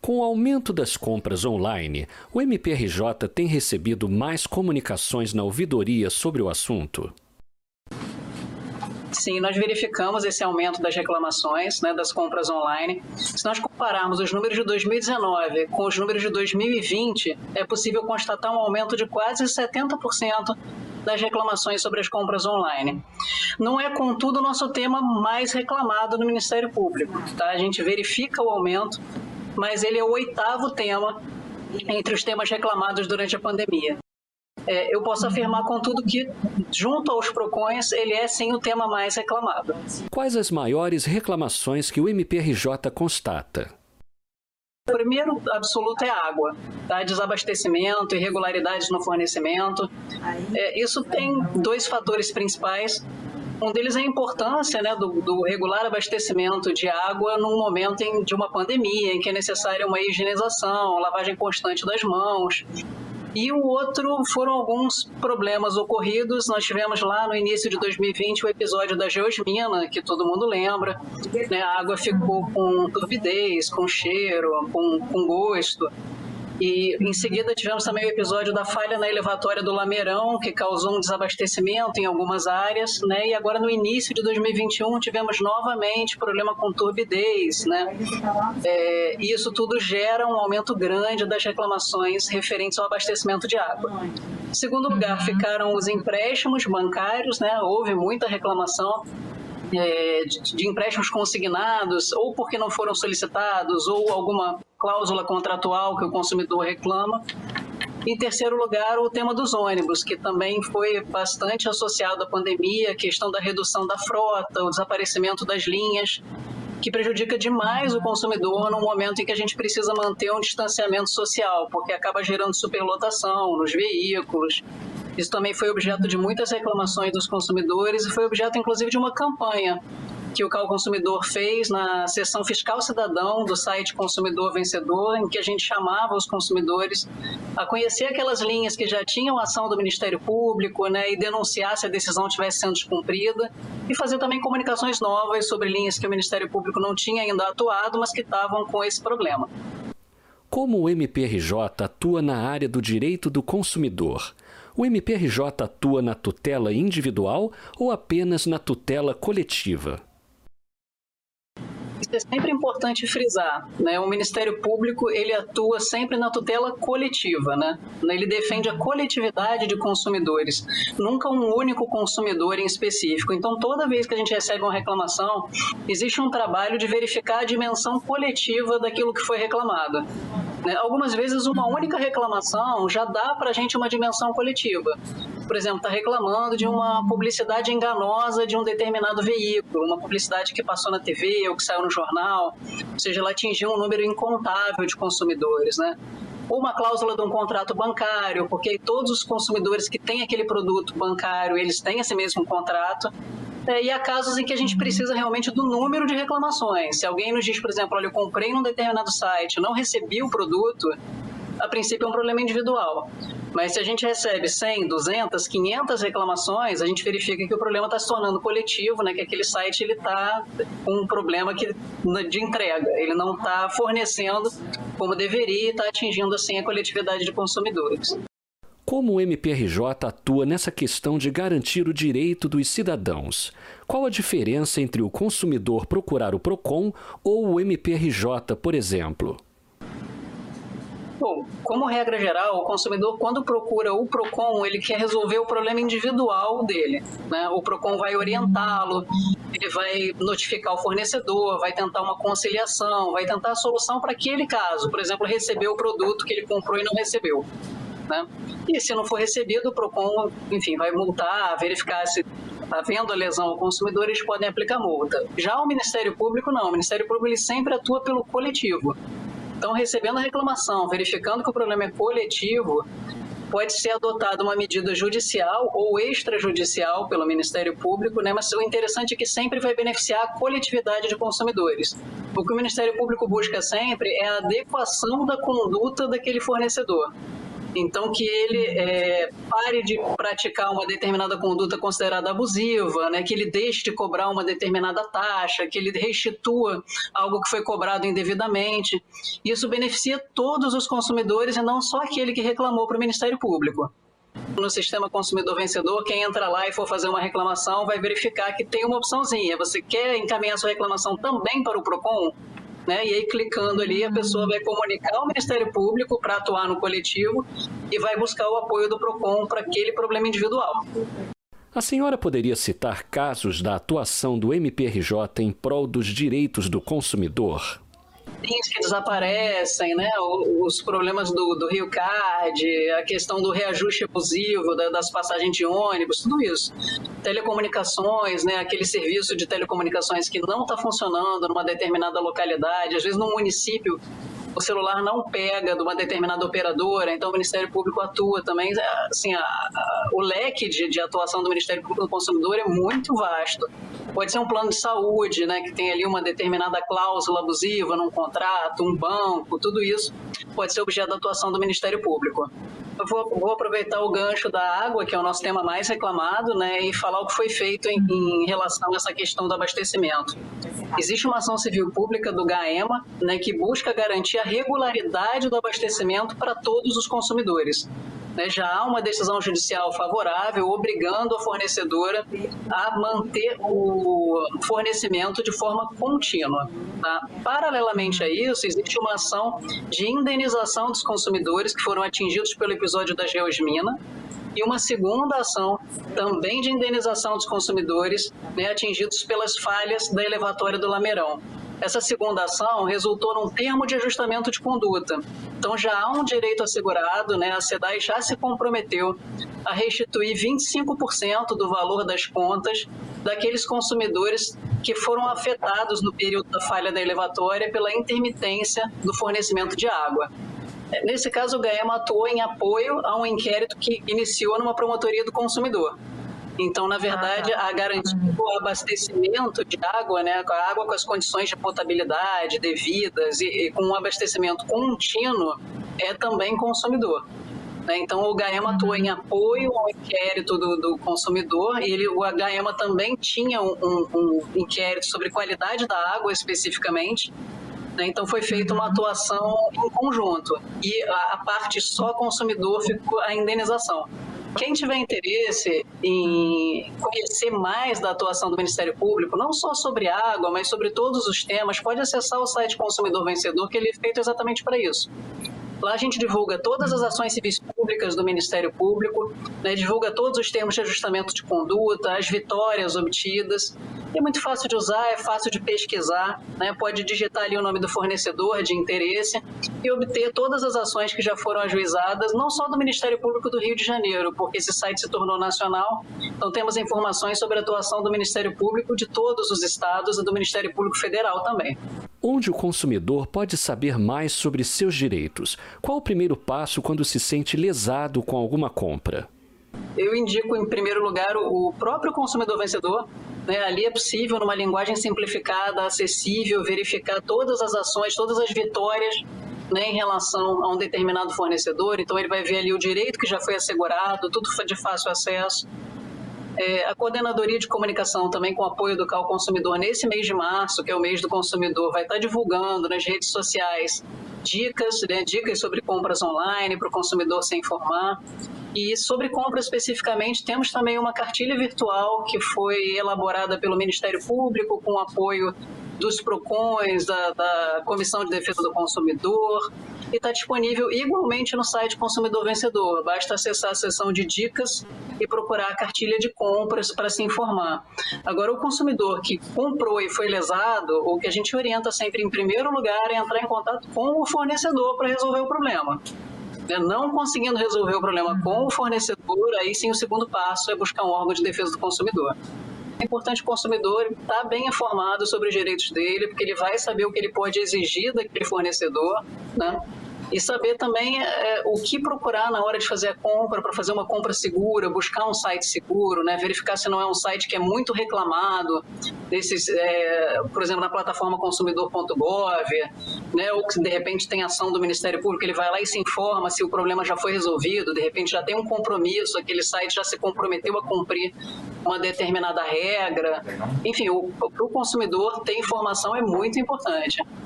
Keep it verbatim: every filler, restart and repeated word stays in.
Com o aumento das compras online, o M P R J tem recebido mais comunicações na ouvidoria sobre o assunto? Sim, nós verificamos esse aumento das reclamações, né, das compras online. Se nós compararmos os números de dois mil e dezenove com os números de dois mil e vinte, é possível constatar um aumento de quase setenta por cento das reclamações sobre as compras online. Não é, contudo, o nosso tema mais reclamado no Ministério Público. Tá? A gente verifica o aumento, mas ele é o oitavo tema entre os temas reclamados durante a pandemia. É, eu posso afirmar, contudo, que, junto aos PROCONs, ele é, sim, o tema mais reclamado. Quais as maiores reclamações que o M P R J constata? O primeiro absoluto é a água, tá? Desabastecimento, irregularidades no fornecimento. É, isso tem dois fatores principais. Um deles é a importância, né, do, do regular abastecimento de água num momento em, de uma pandemia, em que é necessária uma higienização, lavagem constante das mãos. E o outro foram alguns problemas ocorridos. Nós tivemos lá no início de dois mil e vinte o episódio da geosmina, que todo mundo lembra. Né? A água ficou com turbidez, com cheiro, com, com gosto. E em seguida tivemos também o episódio da falha na elevatória do Lameirão, que causou um desabastecimento em algumas áreas, né? E agora no início de dois mil e vinte e um tivemos novamente problema com turbidez, né? É, e isso tudo gera um aumento grande das reclamações referentes ao abastecimento de água. Em segundo lugar, ficaram os empréstimos bancários, né? Houve muita reclamação É, de, de empréstimos consignados, ou porque não foram solicitados, ou alguma cláusula contratual que o consumidor reclama. Em terceiro lugar, o tema dos ônibus, que também foi bastante associado à pandemia, a questão da redução da frota, o desaparecimento das linhas, que prejudica demais o consumidor no momento em que a gente precisa manter um distanciamento social, porque acaba gerando superlotação nos veículos. Isso também foi objeto de muitas reclamações dos consumidores e foi objeto, inclusive, de uma campanha que o C A U Consumidor fez na seção Fiscal Cidadão do site Consumidor Vencedor, em que a gente chamava os consumidores a conhecer aquelas linhas que já tinham ação do Ministério Público, né, e denunciar se a decisão estivesse sendo descumprida, e fazer também comunicações novas sobre linhas que o Ministério Público não tinha ainda atuado, mas que estavam com esse problema. Como o M P R J atua na área do direito do consumidor? O M P R J atua na tutela individual ou apenas na tutela coletiva? Isso é sempre importante frisar, né? O Ministério Público, ele atua sempre na tutela coletiva, né? Ele defende a coletividade de consumidores, nunca um único consumidor em específico. Então, toda vez que a gente recebe uma reclamação, existe um trabalho de verificar a dimensão coletiva daquilo que foi reclamado. Né? Algumas vezes, uma única reclamação já dá para a gente uma dimensão coletiva. Por exemplo, está reclamando de uma publicidade enganosa de um determinado veículo, uma publicidade que passou na T V ou que saiu no jornal, ou seja, ela atingiu um número incontável de consumidores, né? Ou uma cláusula de um contrato bancário, porque todos os consumidores que têm aquele produto bancário, eles têm esse mesmo contrato. É, e há casos em que a gente precisa realmente do número de reclamações. Se alguém nos diz, por exemplo, olha, eu comprei num determinado site, não recebi o produto, a princípio é um problema individual. Mas se a gente recebe cem, duzentas, quinhentas reclamações, a gente verifica que o problema está se tornando coletivo, né? Que aquele site está com um problema que, de entrega. Ele não está fornecendo como deveria e está atingindo assim a coletividade de consumidores. Como o M P R J atua nessa questão de garantir o direito dos cidadãos? Qual a diferença entre o consumidor procurar o PROCON ou o M P R J, por exemplo? Bom, como regra geral, o consumidor, quando procura o PROCON, ele quer resolver o problema individual dele, né? O PROCON vai orientá-lo, ele vai notificar o fornecedor, vai tentar uma conciliação, vai tentar a solução para aquele caso. Por exemplo, receber o produto que ele comprou e não recebeu, né? E se não for recebido, o PROCON, enfim, vai multar, verificar se havendo a lesão ao consumidor, eles podem aplicar multa. Já o Ministério Público, não. O Ministério Público ele sempre atua pelo coletivo. Então, recebendo a reclamação, verificando que o problema é coletivo, pode ser adotada uma medida judicial ou extrajudicial pelo Ministério Público, né? Mas o interessante é que sempre vai beneficiar a coletividade de consumidores. O que o Ministério Público busca sempre é a adequação da conduta daquele fornecedor. Então, que ele é, pare de praticar uma determinada conduta considerada abusiva, né? Que ele deixe de cobrar uma determinada taxa, que ele restitua algo que foi cobrado indevidamente. Isso beneficia todos os consumidores e não só aquele que reclamou para o Ministério Público. No sistema consumidor vencedor, quem entra lá e for fazer uma reclamação vai verificar que tem uma opçãozinha. Você quer encaminhar sua reclamação também para o PROCON? Né? E aí, clicando ali, a pessoa vai comunicar ao Ministério Público para atuar no coletivo e vai buscar o apoio do PROCON para aquele problema individual. A senhora poderia citar casos da atuação do M P R J em prol dos direitos do consumidor? Bens que desaparecem, né? Os problemas do, do Rio Card, a questão do reajuste abusivo da, das passagens de ônibus, tudo isso. Telecomunicações, né? Aquele serviço de telecomunicações que não está funcionando numa determinada localidade, às vezes num município o celular não pega de uma determinada operadora, então o Ministério Público atua também. Assim, a, a, o leque de, de atuação do Ministério Público do Consumidor é muito vasto. Pode ser um plano de saúde, né, que tem ali uma determinada cláusula abusiva num contrato, um banco, tudo isso pode ser objeto da atuação do Ministério Público. Eu vou, vou aproveitar o gancho da água, que é o nosso tema mais reclamado, né, e falar o que foi feito em, em relação a essa questão do abastecimento. Existe uma ação civil pública do GAEMA, né, que busca garantir a regularidade do abastecimento para todos os consumidores. Né, já há uma decisão judicial favorável obrigando a fornecedora a manter o fornecimento de forma contínua. Tá? Paralelamente a isso, existe uma ação de indenização dos consumidores que foram atingidos pelo episódio da Geosmina e uma segunda ação também de indenização dos consumidores, né, atingidos pelas falhas da elevatória do Lameirão. Essa segunda ação resultou num termo de ajustamento de conduta. Então já há um direito assegurado, né? A SEDAI já se comprometeu a restituir vinte e cinco por cento do valor das contas daqueles consumidores que foram afetados no período da falha da elevatória pela intermitência do fornecimento de água. Nesse caso, o GAEMA atuou em apoio a um inquérito que iniciou numa promotoria do consumidor. Então, na verdade, a garantia do abastecimento de água, né, a água com as condições de potabilidade devidas e, e com um abastecimento contínuo é também consumidor. Né? Então, o GAEMA atuou em apoio ao inquérito do, do consumidor e ele, o GAEMA também tinha um, um, um inquérito sobre qualidade da água especificamente. Né? Então, foi feita uma atuação em conjunto e a, a parte só consumidor ficou a indenização. Quem tiver interesse em conhecer mais da atuação do Ministério Público, não só sobre água, mas sobre todos os temas, pode acessar o site Consumidor Vencedor, que ele é feito exatamente para isso. Lá a gente divulga todas as ações civis públicas do Ministério Público, né, divulga todos os termos de ajustamento de conduta, as vitórias obtidas. É muito fácil de usar, é fácil de pesquisar, né, pode digitar ali o nome do fornecedor de interesse e obter todas as ações que já foram ajuizadas, não só do Ministério Público do Rio de Janeiro, porque esse site se tornou nacional, então temos informações sobre a atuação do Ministério Público de todos os estados e do Ministério Público Federal também. Onde o consumidor pode saber mais sobre seus direitos? Qual o primeiro passo quando se sente lesado com alguma compra? Eu indico, em primeiro lugar, o próprio Consumidor Vencedor. Né? Ali é possível, numa linguagem simplificada, acessível, verificar todas as ações, todas as vitórias, né, em relação a um determinado fornecedor. Então, ele vai ver ali o direito que já foi assegurado, tudo de fácil acesso. É, a Coordenadoria de Comunicação, também com apoio do C A U Consumidor, nesse mês de março, que é o mês do consumidor, vai estar divulgando nas redes sociais dicas, né, dicas sobre compras online para o consumidor se informar. E sobre compras especificamente, temos também uma cartilha virtual que foi elaborada pelo Ministério Público com apoio dos PROCONs, da, da Comissão de Defesa do Consumidor, e está disponível igualmente no site Consumidor Vencedor. Basta acessar a seção de dicas e procurar a cartilha de compras para se informar. Agora, o consumidor que comprou e foi lesado, o que a gente orienta sempre em primeiro lugar é entrar em contato com o fornecedor para resolver o problema. Não conseguindo resolver o problema com o fornecedor, aí sim o segundo passo é buscar um órgão de defesa do consumidor. É importante o consumidor estar bem informado sobre os direitos dele, porque ele vai saber o que ele pode exigir daquele fornecedor, né? e saber também é, o que procurar na hora de fazer a compra, para fazer uma compra segura, buscar um site seguro, né? Verificar se não é um site que é muito reclamado, desses, é, por exemplo, na plataforma consumidor ponto gov, né? Ou que de repente tem ação do Ministério Público, ele vai lá e se informa se o problema já foi resolvido, de repente já tem um compromisso, aquele site já se comprometeu a cumprir uma determinada regra. Enfim, para o consumidor ter informação é muito importante.